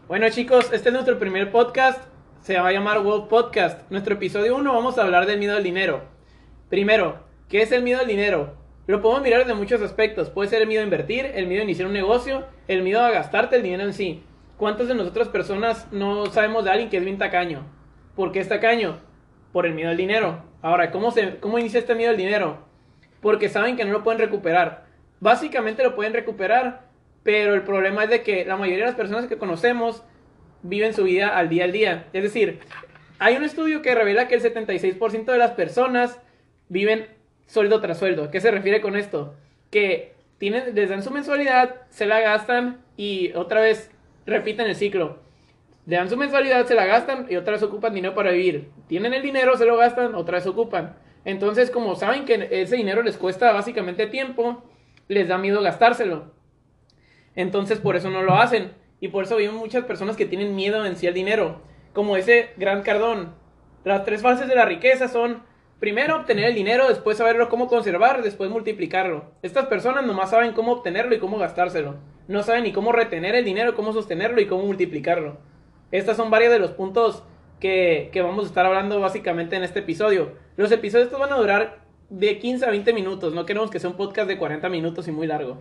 Bueno chicos, este es nuestro primer podcast, se va a llamar World Podcast. Nuestro episodio 1 vamos a hablar del miedo al dinero. Primero, ¿qué es el miedo al dinero? Lo podemos mirar desde muchos aspectos. Puede ser el miedo a invertir, el miedo a iniciar un negocio, el miedo a gastarte el dinero en sí. ¿Cuántas de nosotras personas no sabemos de alguien que es bien tacaño? ¿Por qué es tacaño? Por el miedo al dinero. Ahora, ¿cómo inicia este miedo al dinero? Porque saben que no lo pueden recuperar. Básicamente lo pueden recuperar, pero el problema es de que la mayoría de las personas que conocemos viven su vida al día. Es decir, hay un estudio que revela que el 76% de las personas viven sueldo tras sueldo. ¿A qué se refiere con esto? Que les dan su mensualidad, se la gastan y otra vez repiten el ciclo. Le dan su mensualidad, se la gastan y otra vez ocupan dinero para vivir. Tienen el dinero, se lo gastan, otra vez ocupan. Entonces, como saben que ese dinero les cuesta básicamente tiempo, les da miedo gastárselo. Entonces, por eso no lo hacen. Y por eso vemos muchas personas que tienen miedo en sí al dinero. Como ese Grant Cardone. Las 3 fases de la riqueza son: primero, obtener el dinero, después saberlo cómo conservar, después multiplicarlo. Estas personas nomás saben cómo obtenerlo y cómo gastárselo. No saben ni cómo retener el dinero, cómo sostenerlo y cómo multiplicarlo. Estas son varios de los puntos que vamos a estar hablando básicamente en este episodio. Los episodios estos van a durar de 15 a 20 minutos. No queremos que sea un podcast de 40 minutos y muy largo.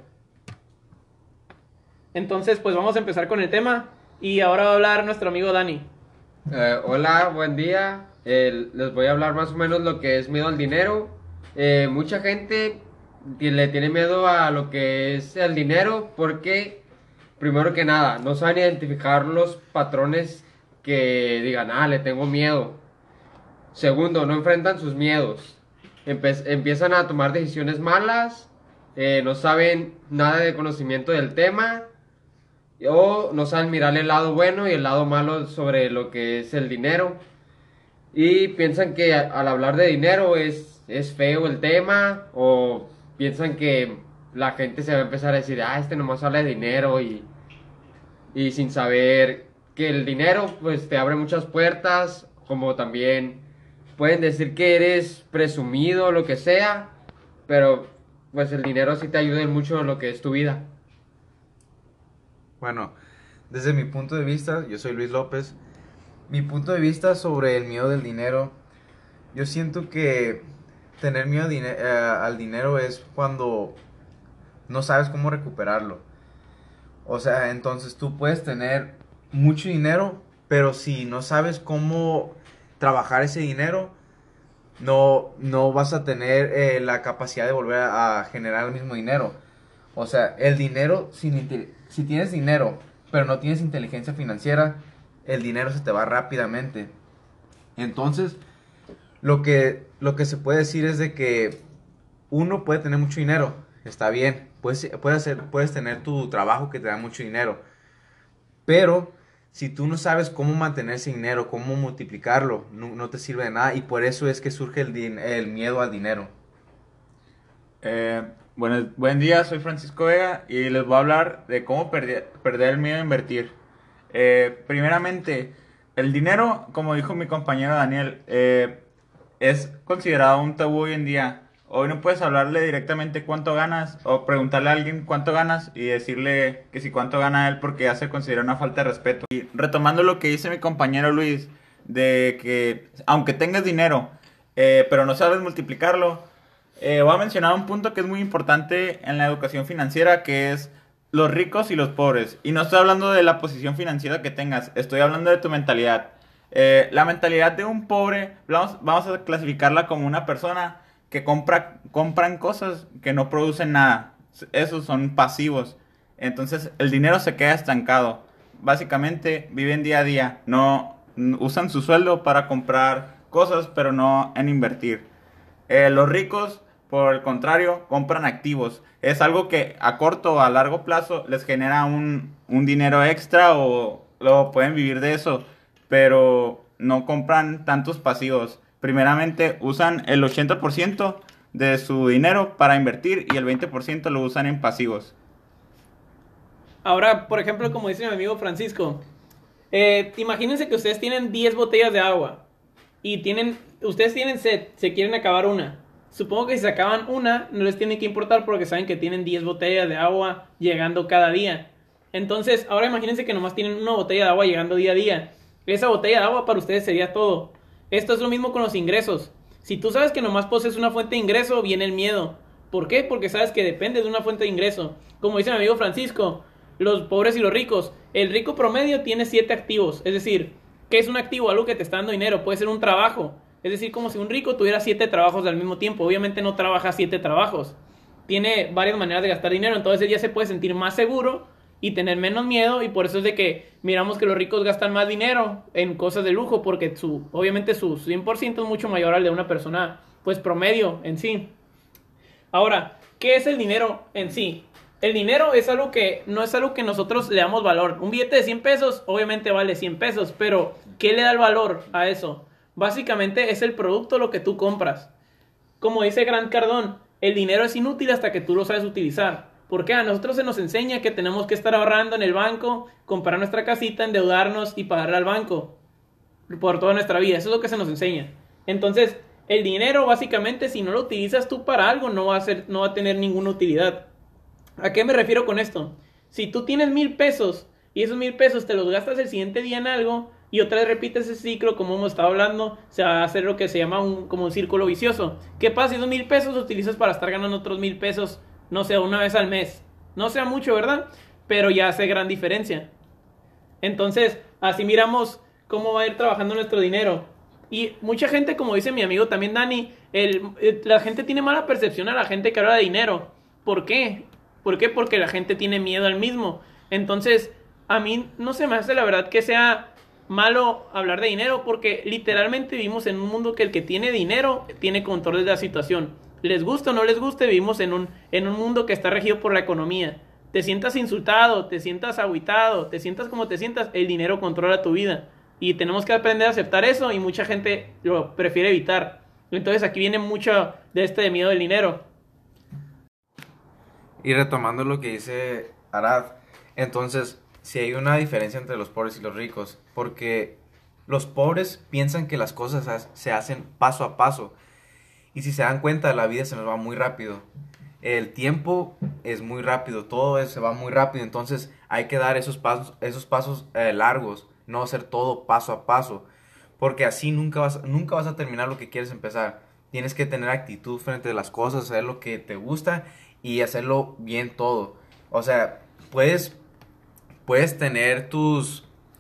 Entonces, pues vamos a empezar con el tema. Y ahora va a hablar nuestro amigo Dani. Hola, buen día. Les voy a hablar más o menos lo que es miedo al dinero. Mucha gente le tiene miedo a lo que es el dinero porque, primero que nada, no saben identificar los patrones que digan, le tengo miedo. Segundo, no enfrentan sus miedos. Empiezan a tomar decisiones malas, no saben nada de conocimiento del tema, o no saben mirar el lado bueno y el lado malo sobre lo que es el dinero. Y piensan que al hablar de dinero es feo el tema, o piensan que la gente se va a empezar a decir, este nomás habla de dinero, y sin saber que el dinero pues te abre muchas puertas, como también pueden decir que eres presumido, lo que sea, pero pues el dinero sí te ayuda en mucho en lo que es tu vida. Bueno, desde mi punto de vista, yo soy Luis López. Mi punto de vista sobre el miedo del dinero, yo siento que tener miedo al dinero es cuando no sabes cómo recuperarlo. O sea, entonces tú puedes tener mucho dinero, pero si no sabes cómo trabajar ese dinero, no vas a tener la capacidad de volver a generar el mismo dinero. O sea, el dinero, si tienes dinero, pero no tienes inteligencia financiera, el dinero se te va rápidamente. Entonces, lo que se puede decir es de que uno puede tener mucho dinero, está bien, puedes tener tu trabajo que te da mucho dinero, pero si tú no sabes cómo mantener ese dinero, cómo multiplicarlo, no te sirve de nada, y por eso es que surge el miedo al dinero. Buen día, soy Francisco Vega y les voy a hablar de cómo perder el miedo a invertir. Primeramente, el dinero, como dijo mi compañero Daniel, es considerado un tabú hoy en día. Hoy no puedes hablarle directamente cuánto ganas o preguntarle a alguien cuánto ganas y decirle que si cuánto gana él, porque ya se considera una falta de respeto. Y retomando lo que dice mi compañero Luis, de que aunque tengas dinero, pero no sabes multiplicarlo, voy a mencionar un punto que es muy importante en la educación financiera, que es los ricos y los pobres. Y no estoy hablando de la posición financiera que tengas, estoy hablando de tu mentalidad. La mentalidad de un pobre, vamos a clasificarla como una persona que compran cosas que no producen nada. Esos son pasivos. Entonces el dinero se queda estancado. Básicamente viven día a día. No usan su sueldo para comprar cosas, pero no en invertir. Los ricos, por el contrario, compran activos. Es algo que a corto o a largo plazo les genera un dinero extra o luego pueden vivir de eso, pero no compran tantos pasivos. Primeramente usan el 80% de su dinero para invertir y el 20% lo usan en pasivos. Ahora, por ejemplo, como dice mi amigo Francisco, imagínense que ustedes tienen 10 botellas de agua y ustedes tienen sed, se quieren acabar una. Supongo que si se acaban una, no les tiene que importar porque saben que tienen 10 botellas de agua llegando cada día. Entonces, ahora imagínense que nomás tienen una botella de agua llegando día a día. Esa botella de agua para ustedes sería todo. Esto es lo mismo con los ingresos. Si tú sabes que nomás posees una fuente de ingreso, viene el miedo. ¿Por qué? Porque sabes que depende de una fuente de ingreso. Como dice mi amigo Francisco, los pobres y los ricos. El rico promedio tiene 7 activos. Es decir, ¿qué es un activo? Algo que te está dando dinero. Puede ser un trabajo. Es decir, como si un rico tuviera 7 trabajos al mismo tiempo. Obviamente no trabaja 7 trabajos. Tiene varias maneras de gastar dinero. Entonces ya se puede sentir más seguro y tener menos miedo. Y por eso es de que miramos que los ricos gastan más dinero en cosas de lujo. Porque obviamente su 100% es mucho mayor al de una persona pues promedio en sí. Ahora, ¿qué es el dinero en sí? El dinero es algo que no es algo que nosotros le damos valor. Un billete de 100 pesos obviamente vale 100 pesos, pero ¿qué le da el valor a eso? Básicamente es el producto lo que tú compras. Como dice Grant Cardone, el dinero es inútil hasta que tú lo sabes utilizar. ¿Por qué? A nosotros se nos enseña que tenemos que estar ahorrando en el banco, comprar nuestra casita, endeudarnos y pagarle al banco por toda nuestra vida. Eso es lo que se nos enseña. Entonces, el dinero básicamente si no lo utilizas tú para algo no va a tener ninguna utilidad. ¿A qué me refiero con esto? Si tú tienes 1,000 pesos y esos 1,000 pesos te los gastas el siguiente día en algo y otra vez repites ese ciclo como hemos estado hablando, se va a hacer lo que se llama como un círculo vicioso. ¿Qué pasa si esos 1,000 pesos los utilizas para estar ganando otros 1,000 pesos, no sé, una vez al mes? No sea mucho, ¿verdad? Pero ya hace gran diferencia. Entonces, así miramos cómo va a ir trabajando nuestro dinero. Y mucha gente, como dice mi amigo también Dani, la gente tiene mala percepción a la gente que habla de dinero. ¿Por qué? ¿Por qué? Porque la gente tiene miedo al mismo. Entonces, a mí no se me hace la verdad que sea malo hablar de dinero, porque literalmente vivimos en un mundo que el que tiene dinero tiene control de la situación. Les gusta o no les guste, vivimos en un mundo que está regido por la economía. Te sientas insultado, te sientas agüitado, te sientas como te sientas, el dinero controla tu vida. Y tenemos que aprender a aceptar eso y mucha gente lo prefiere evitar. Entonces aquí viene mucho de miedo del dinero. Y retomando lo que dice Arad, entonces, si hay una diferencia entre los pobres y los ricos, porque los pobres piensan que las cosas se hacen paso a paso, y si se dan cuenta, la vida se nos va muy rápido. El tiempo es muy rápido, se va muy rápido, entonces hay que dar esos pasos largos, no hacer todo paso a paso, porque así nunca vas a terminar lo que quieres empezar. Tienes que tener actitud frente a las cosas, hacer lo que te gusta y hacerlo bien todo. O sea, puedes tener tus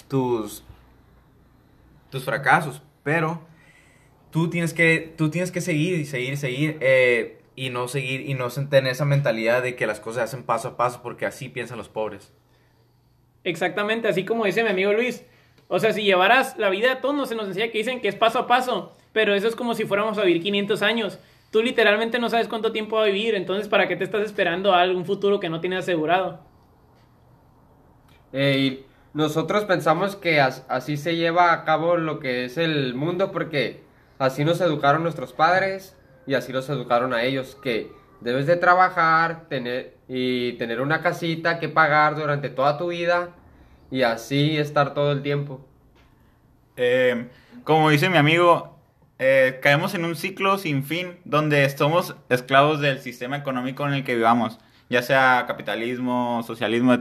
fracasos, pero tú tienes que seguir y no tener esa mentalidad de que las cosas se hacen paso a paso, porque así piensan los pobres. Exactamente, así como dice mi amigo Luis. O sea, si llevaras la vida, a todos se nos enseña que dicen que es paso a paso, pero eso es como si fuéramos a vivir 500 años. Tú literalmente no sabes cuánto tiempo va a vivir, entonces ¿para qué te estás esperando a algún futuro que no tienes asegurado? Y nosotros pensamos que así se lleva a cabo lo que es el mundo, porque así nos educaron nuestros padres y así los educaron a ellos, que debes de trabajar, tener una casita que pagar durante toda tu vida y así estar todo el tiempo. Como dice mi amigo, caemos en un ciclo sin fin donde somos esclavos del sistema económico en el que vivamos, ya sea capitalismo, socialismo.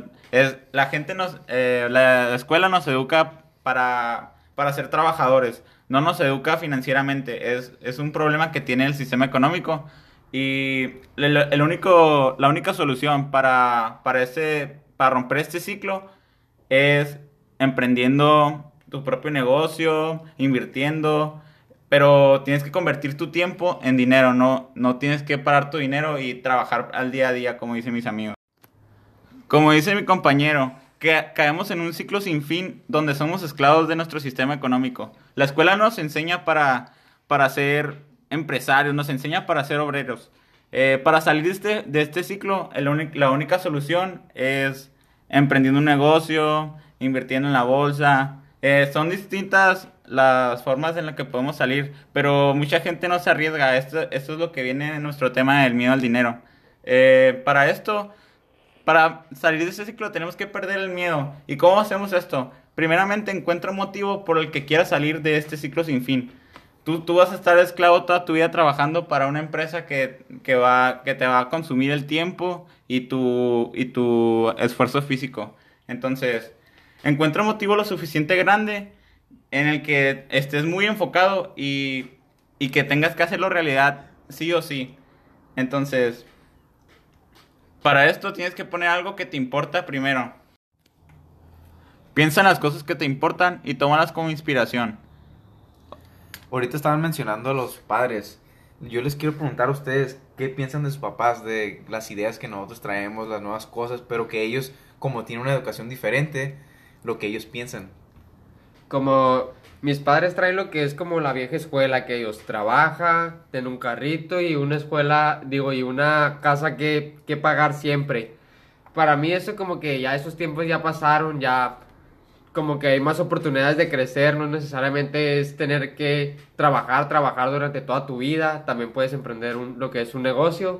La escuela nos educa para ser trabajadores, no nos educa financieramente. Es un problema que tiene el sistema económico, y la única solución para romper este ciclo es emprendiendo tu propio negocio, invirtiendo, pero tienes que convertir tu tiempo en dinero, no tienes que parar tu dinero y trabajar al día a día, como dicen mis amigos. Como dice mi compañero, que caemos en un ciclo sin fin donde somos esclavos de nuestro sistema económico. La escuela nos enseña para ser empresarios, nos enseña para ser obreros. Para salir de este ciclo, la única solución es emprendiendo un negocio, invirtiendo en la bolsa. Son distintas las formas en las que podemos salir, pero mucha gente no se arriesga. Esto es lo que viene en nuestro tema del miedo al dinero. Para salir de ese ciclo tenemos que perder el miedo. ¿Y cómo hacemos esto? Primeramente, encuentra un motivo por el que quieras salir de este ciclo sin fin. Tú vas a estar esclavo toda tu vida trabajando para una empresa que te va a consumir el tiempo y tu esfuerzo físico. Entonces, encuentra un motivo lo suficiente grande en el que estés muy enfocado y que tengas que hacerlo realidad sí o sí. Entonces, para esto tienes que poner algo que te importa primero. Piensa en las cosas que te importan y tómalas como inspiración. Ahorita estaban mencionando a los padres. Yo les quiero preguntar a ustedes qué piensan de sus papás, de las ideas que nosotros traemos, las nuevas cosas, pero que ellos, como tienen una educación diferente, lo que ellos piensan. Como mis padres traen lo que es como la vieja escuela, que ellos trabajan, tienen un carrito y una escuela, digo, y una casa que pagar siempre. Para mí eso como que ya esos tiempos ya pasaron, ya como que hay más oportunidades de crecer, no necesariamente es tener que trabajar durante toda tu vida, también puedes emprender lo que es un negocio.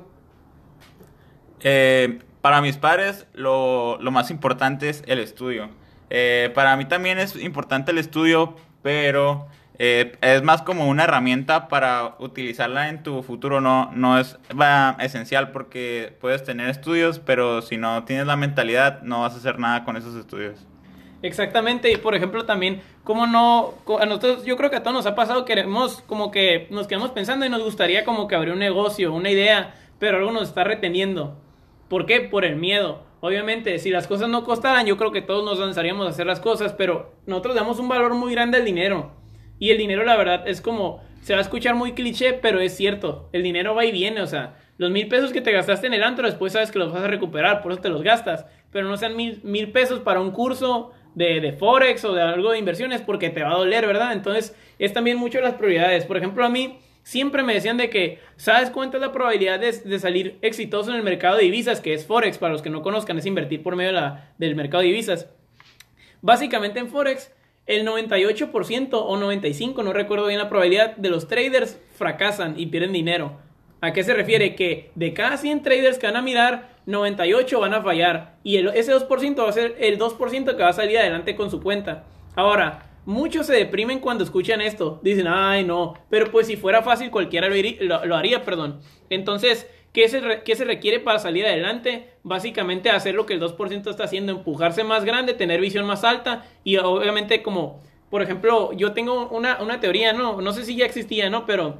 Para mis padres lo más importante es el estudio. Para mí también es importante el estudio, pero es más como una herramienta para utilizarla en tu futuro. No es esencial porque puedes tener estudios, pero si no tienes la mentalidad no vas a hacer nada con esos estudios. Exactamente, y por ejemplo también, como no, a nosotros, yo creo que a todos nos ha pasado, queremos como que nos quedamos pensando y nos gustaría como que abrir un negocio, una idea, pero algo nos está reteniendo. ¿Por qué? Por el miedo. Obviamente, si las cosas no costaran, yo creo que todos nos lanzaríamos a hacer las cosas, pero nosotros damos un valor muy grande al dinero. Y el dinero, la verdad, es como, se va a escuchar muy cliché, pero es cierto, el dinero va y viene, o sea, los 1,000 pesos que te gastaste en el antro, después sabes que los vas a recuperar, por eso te los gastas, pero no sean 1,000 pesos para un curso de Forex o de algo de inversiones porque te va a doler, ¿verdad? Entonces es también mucho las prioridades. Por ejemplo, a mí siempre me decían de que, ¿sabes cuánta es la probabilidad de salir exitoso en el mercado de divisas? Que es Forex, para los que no conozcan, es invertir por medio del mercado de divisas. Básicamente en Forex, el 98% o 95%, no recuerdo bien la probabilidad, de los traders fracasan y pierden dinero. ¿A qué se refiere? Que de cada 100 traders que van a mirar, 98 van a fallar. Y ese 2% va a ser el 2% que va a salir adelante con su cuenta. Ahora, muchos se deprimen cuando escuchan esto. Dicen, ay no, pero pues si fuera fácil cualquiera lo haría, perdón. Entonces, ¿qué se requiere para salir adelante? Básicamente hacer lo que el 2% está haciendo, empujarse más grande, tener visión más alta. Y obviamente como, por ejemplo, yo tengo una teoría, no sé si ya existía, ¿no? Pero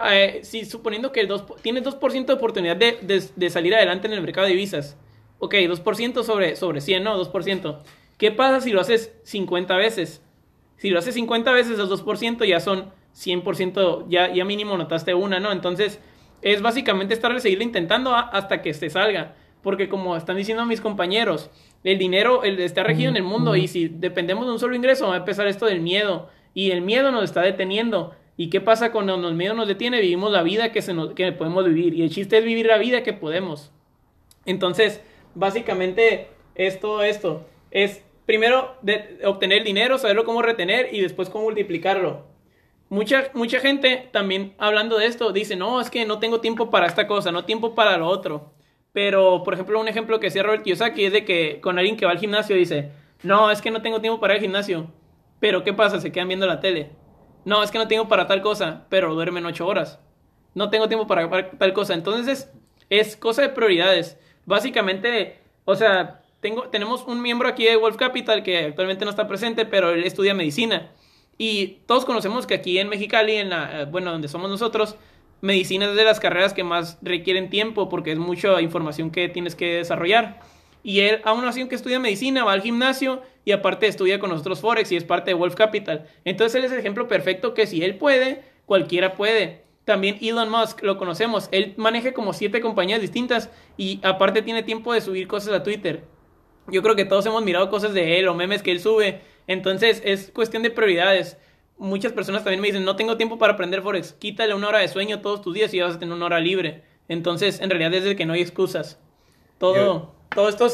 si suponiendo que tienes 2% de oportunidad de salir adelante en el mercado de divisas. Ok, 2% sobre 100, ¿no? 2%. ¿Qué pasa si lo haces 50 veces? Si lo haces 50 veces, el 2% ya son 100%, ya mínimo notaste una, ¿no? Entonces, es básicamente seguirlo intentando hasta que se salga. Porque como están diciendo mis compañeros, el dinero está regido en el mundo y si dependemos de un solo ingreso, va a empezar esto del miedo. Y el miedo nos está deteniendo. ¿Y qué pasa cuando el miedo nos detiene? Vivimos la vida que podemos vivir. Y el chiste es vivir la vida que podemos. Entonces, básicamente, es todo esto. Es primero obtener el dinero, saberlo cómo retener y después cómo multiplicarlo. Mucha gente también hablando de esto dice, no, es que no tengo tiempo para esta cosa, no tiempo para lo otro. Pero, por ejemplo, un ejemplo que decía Robert Kiyosaki es de que con alguien que va al gimnasio dice, no, es que no tengo tiempo para ir al gimnasio. Pero, ¿qué pasa? Se quedan viendo la tele. No, es que no tengo para tal cosa, pero duermen 8 horas. No tengo tiempo para tal cosa. Entonces, es cosa de prioridades. Básicamente, o sea, tenemos un miembro aquí de Wolf Capital que actualmente no está presente, pero él estudia medicina. Y todos conocemos que aquí en Mexicali, donde somos nosotros, medicina es de las carreras que más requieren tiempo porque es mucha información que tienes que desarrollar. Y él, aún así, que estudia medicina, va al gimnasio y aparte estudia con nosotros Forex y es parte de Wolf Capital. Entonces él es el ejemplo perfecto que si él puede, cualquiera puede. También Elon Musk, lo conocemos. Él maneja como 7 compañías distintas y aparte tiene tiempo de subir cosas a Twitter. Yo creo que todos hemos mirado cosas de él o memes que él sube. Entonces es cuestión de prioridades. Muchas personas también me dicen, no tengo tiempo para aprender Forex. Quítale 1 hora de sueño todos tus días y vas a tener 1 hora libre. Entonces, en realidad es de que no hay excusas. Todo esto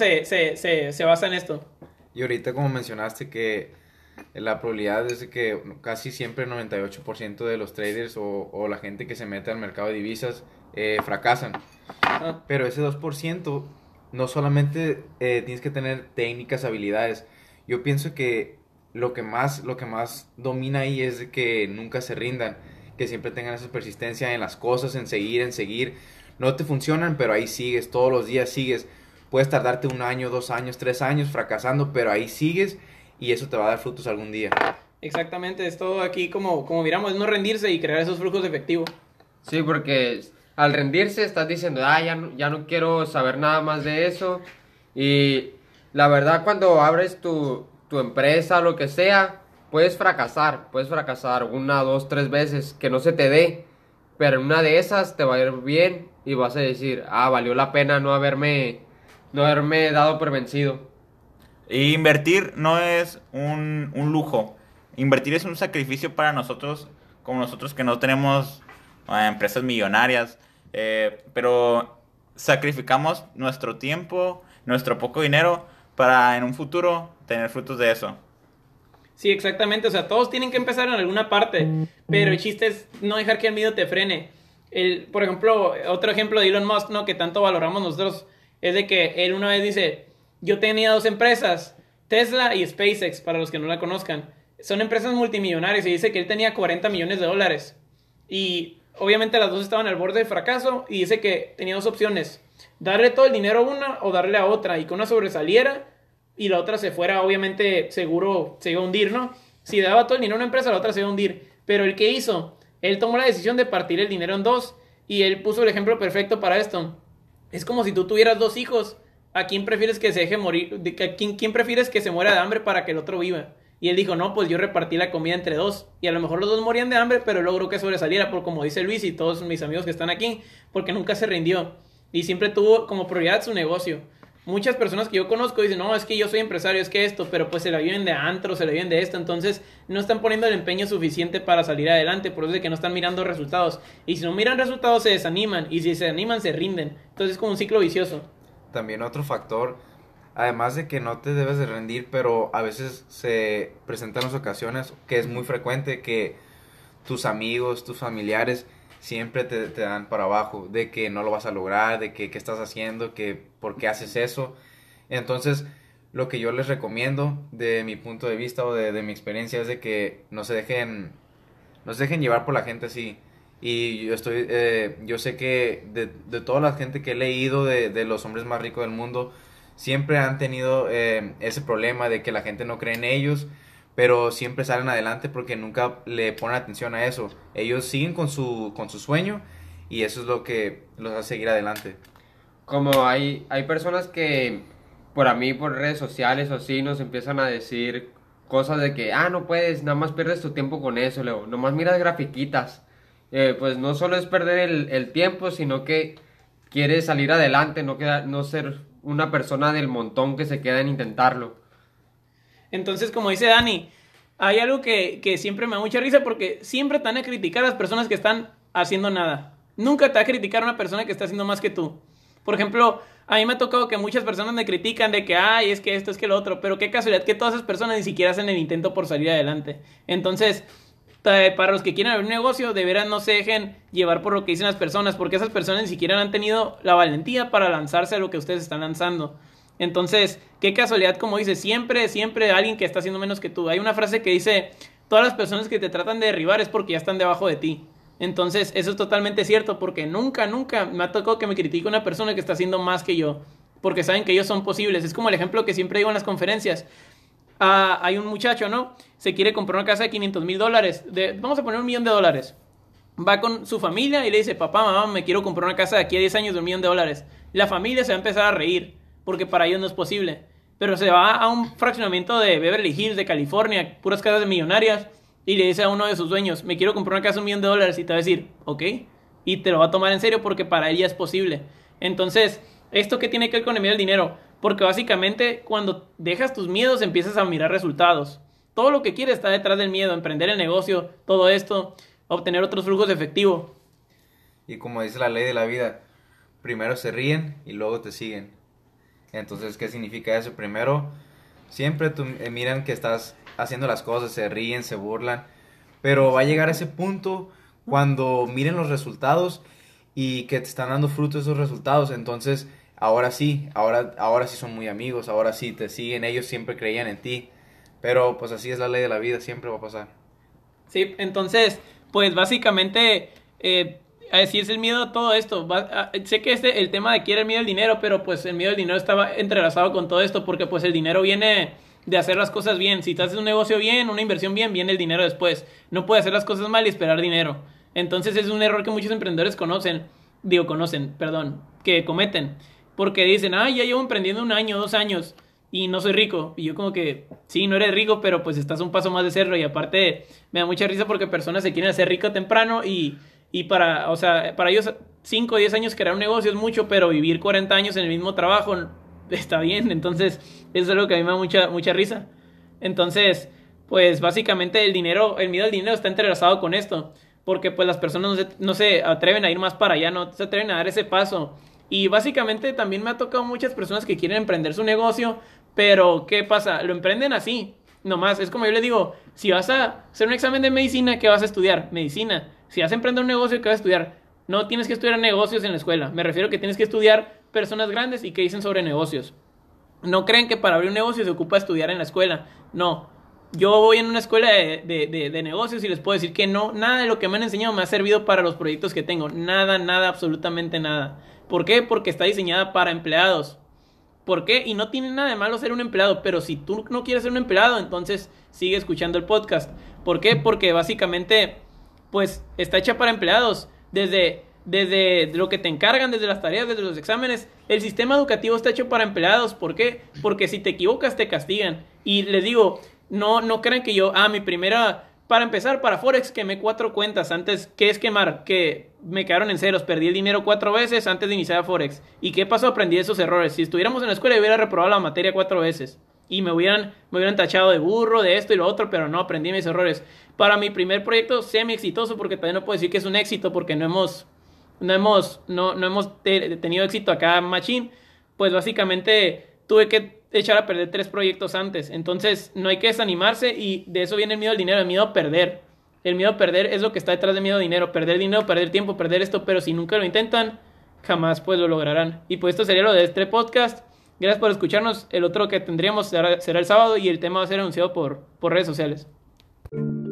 se basa en esto. Y ahorita como mencionaste que la probabilidad es de que casi siempre el 98% de los traders o la gente que se mete al mercado de divisas fracasan. Pero ese 2% no solamente tienes que tener técnicas, habilidades. Yo pienso que lo que más domina ahí es de que nunca se rindan, que siempre tengan esa persistencia en las cosas, en seguir. No te funcionan, pero ahí sigues, todos los días sigues. puedes tardarte 1 año, 2 años, 3 años fracasando, pero ahí sigues y eso te va a dar frutos algún día. Exactamente, es todo aquí como miramos, es no rendirse y crear esos flujos de efectivo. Sí, porque al rendirse estás diciendo, ya no quiero saber nada más de eso. Y la verdad, cuando abres tu empresa, lo que sea, puedes fracasar 1, 2, 3 veces, que no se te dé. Pero en una de esas te va a ir bien y vas a decir, valió la pena no haberme dado por vencido. Y invertir no es un lujo. Invertir es un sacrificio para nosotros, como nosotros que no tenemos empresas millonarias. Pero sacrificamos nuestro tiempo, nuestro poco dinero, para en un futuro tener frutos de eso. Sí, exactamente, o sea, todos tienen que empezar en alguna parte, pero el chiste es no dejar que el miedo te frene. Por ejemplo, otro ejemplo de Elon Musk, ¿no?, que tanto valoramos nosotros, es de que él una vez dice, yo tenía 2 empresas, Tesla y SpaceX, para los que no la conozcan. Son empresas multimillonarias y dice que él tenía $40 millones. Y obviamente las dos estaban al borde del fracaso y dice que tenía 2 opciones, darle todo el dinero a una o darle a otra, y que una sobresaliera y la otra se fuera, obviamente seguro se iba a hundir, ¿no? Si daba todo el dinero a una empresa, la otra se iba a hundir. Pero ¿el qué hizo? Él tomó la decisión de partir el dinero en 2 y él puso el ejemplo perfecto para esto. Es como si tú tuvieras 2 hijos. ¿A quién prefieres que se deje morir? ¿Quién prefieres que se muera de hambre para que el otro viva? Y él dijo, no, pues yo repartí la comida entre 2. Y a lo mejor los 2 morían de hambre, pero logró que sobresaliera, por como dice Luis y todos mis amigos que están aquí, porque nunca se rindió. Y siempre tuvo como prioridad su negocio. Muchas personas que yo conozco dicen, no, es que yo soy empresario, es que esto, pero pues se la viven de antro, se la viven de esto, entonces no están poniendo el empeño suficiente para salir adelante, por eso es de que no están mirando resultados. Y si no miran resultados se desaniman, y si se animan se rinden. Entonces es como un ciclo vicioso. También otro factor, además de que no te debes de rendir, pero a veces se presentan las ocasiones que es muy frecuente que tus amigos, tus familiares siempre te dan para abajo, de que no lo vas a lograr, de que qué estás haciendo, que por qué haces eso. Entonces, lo que yo les recomiendo de mi punto de vista o de mi experiencia es de que no se dejen llevar por la gente así. Y yo sé que de toda la gente que he leído de los hombres más ricos del mundo, siempre han tenido ese problema de que la gente no cree en ellos, pero siempre salen adelante porque nunca le ponen atención a eso. Ellos siguen con su sueño y eso es lo que los hace seguir adelante. Como hay personas que por redes sociales o así nos empiezan a decir cosas de que, no puedes, nada más pierdes tu tiempo con eso, Leo, nomás miras grafiquitas. Pues no solo es perder el tiempo, sino que quieres salir adelante, no ser una persona del montón que se queda en intentarlo. Entonces, como dice Dani, hay algo que siempre me da mucha risa porque siempre te van a criticar a las personas que están haciendo nada. Nunca te va a criticar a una persona que está haciendo más que tú. Por ejemplo, a mí me ha tocado que muchas personas me critican de que, es que esto, es que lo otro, pero qué casualidad que todas esas personas ni siquiera hacen el intento por salir adelante. Entonces, para los que quieren abrir un negocio, de veras no se dejen llevar por lo que dicen las personas, porque esas personas ni siquiera han tenido la valentía para lanzarse a lo que ustedes están lanzando. Entonces, qué casualidad, como dice, siempre alguien que está haciendo menos que tú. Hay una frase que dice, todas las personas que te tratan de derribar es porque ya están debajo de ti. Entonces, eso es totalmente cierto, porque nunca me ha tocado que me critique una persona que está haciendo más que yo, porque saben que ellos son posibles. Es como el ejemplo que siempre digo en las conferencias. Hay un muchacho, ¿no? Se quiere comprar una casa de $500,000, vamos a poner $1 millón. Va con su familia y le dice, papá, mamá, me quiero comprar una casa de aquí a 10 años de $1 millón. La familia se va a empezar a reír, porque para ellos no es posible. Pero se va a un fraccionamiento de Beverly Hills, de California, puras casas de millonarias, y le dice a uno de sus dueños, me quiero comprar una casa de $1 millón, y te va a decir, ok, y te lo va a tomar en serio porque para ella es posible. Entonces, ¿esto qué tiene que ver con el miedo al dinero? Porque básicamente cuando dejas tus miedos empiezas a mirar resultados. Todo lo que quieres está detrás del miedo, emprender el negocio, todo esto, obtener otros flujos de efectivo. Y como dice la ley de la vida, primero se ríen y luego te siguen. Entonces, ¿qué significa eso? Primero, siempre miran que estás haciendo las cosas, se ríen, se burlan, pero va a llegar a ese punto cuando miren los resultados y que te están dando fruto esos resultados. Entonces, ahora sí son muy amigos, ahora sí te siguen, ellos siempre creían en ti, pero pues así es la ley de la vida, siempre va a pasar. Sí, entonces, pues básicamente así es el miedo a todo esto. Sé que el tema de aquí era el miedo al dinero, pero pues el miedo al dinero estaba entrelazado con todo esto, porque pues el dinero viene de hacer las cosas bien. Si tú haces un negocio bien, una inversión bien, viene el dinero después. No puedes hacer las cosas mal y esperar dinero. Entonces es un error que muchos emprendedores que cometen. Porque dicen, ya llevo emprendiendo 1 año, 2 años y no soy rico. Y yo como que, sí, no eres rico, pero pues estás un paso más de serlo. Y aparte me da mucha risa porque personas se quieren hacer ricos temprano y para ellos 5 o 10 años crear un negocio es mucho, pero vivir 40 años en el mismo trabajo está bien. Entonces eso es algo que a mí me da mucha risa. Entonces, pues básicamente el miedo al dinero está entrelazado con esto. Porque pues las personas no se atreven a ir más para allá, no se atreven a dar ese paso. Y básicamente también me ha tocado muchas personas que quieren emprender su negocio, pero ¿qué pasa? Lo emprenden así, nomás. Es como yo les digo, si vas a hacer un examen de medicina, ¿qué vas a estudiar? Medicina. Si vas a emprender un negocio, ¿qué vas a estudiar? No tienes que estudiar negocios en la escuela. Me refiero que tienes que estudiar personas grandes y qué dicen sobre negocios. No creen que para abrir un negocio se ocupa estudiar en la escuela. No. Yo voy en una escuela de negocios y les puedo decir que no, nada de lo que me han enseñado me ha servido para los proyectos que tengo. Nada, absolutamente nada. ¿Por qué? Porque está diseñada para empleados. ¿Por qué? Y no tiene nada de malo ser un empleado, pero si tú no quieres ser un empleado, entonces sigue escuchando el podcast. ¿Por qué? Porque básicamente, pues, está hecha para empleados. Desde lo que te encargan, desde las tareas, desde los exámenes. El sistema educativo está hecho para empleados. ¿Por qué? Porque si te equivocas, te castigan. Y les digo, no crean que yo, para empezar, para Forex quemé 4 cuentas antes. ¿Qué es quemar? Que me quedaron en ceros, perdí el dinero 4 veces antes de iniciar a Forex. ¿Y qué pasó? Aprendí esos errores. Si estuviéramos en la escuela, hubiera reprobado la materia 4 veces. Y me hubieran tachado de burro, de esto y lo otro, pero no, aprendí mis errores. Para mi primer proyecto, semi exitoso, porque todavía no puedo decir que es un éxito, porque no hemos tenido éxito acá machín. Pues básicamente tuve que echar a perder 3 proyectos antes. Entonces no hay que desanimarse, y de eso viene el miedo al dinero, el miedo a perder. El miedo a perder es lo que está detrás del miedo al dinero. Perder dinero, perder tiempo, perder esto. Pero si nunca lo intentan, jamás pues lo lograrán. Y pues esto sería lo de este podcast. Gracias por escucharnos. El otro que tendríamos será el sábado, y el tema va a ser anunciado por redes sociales.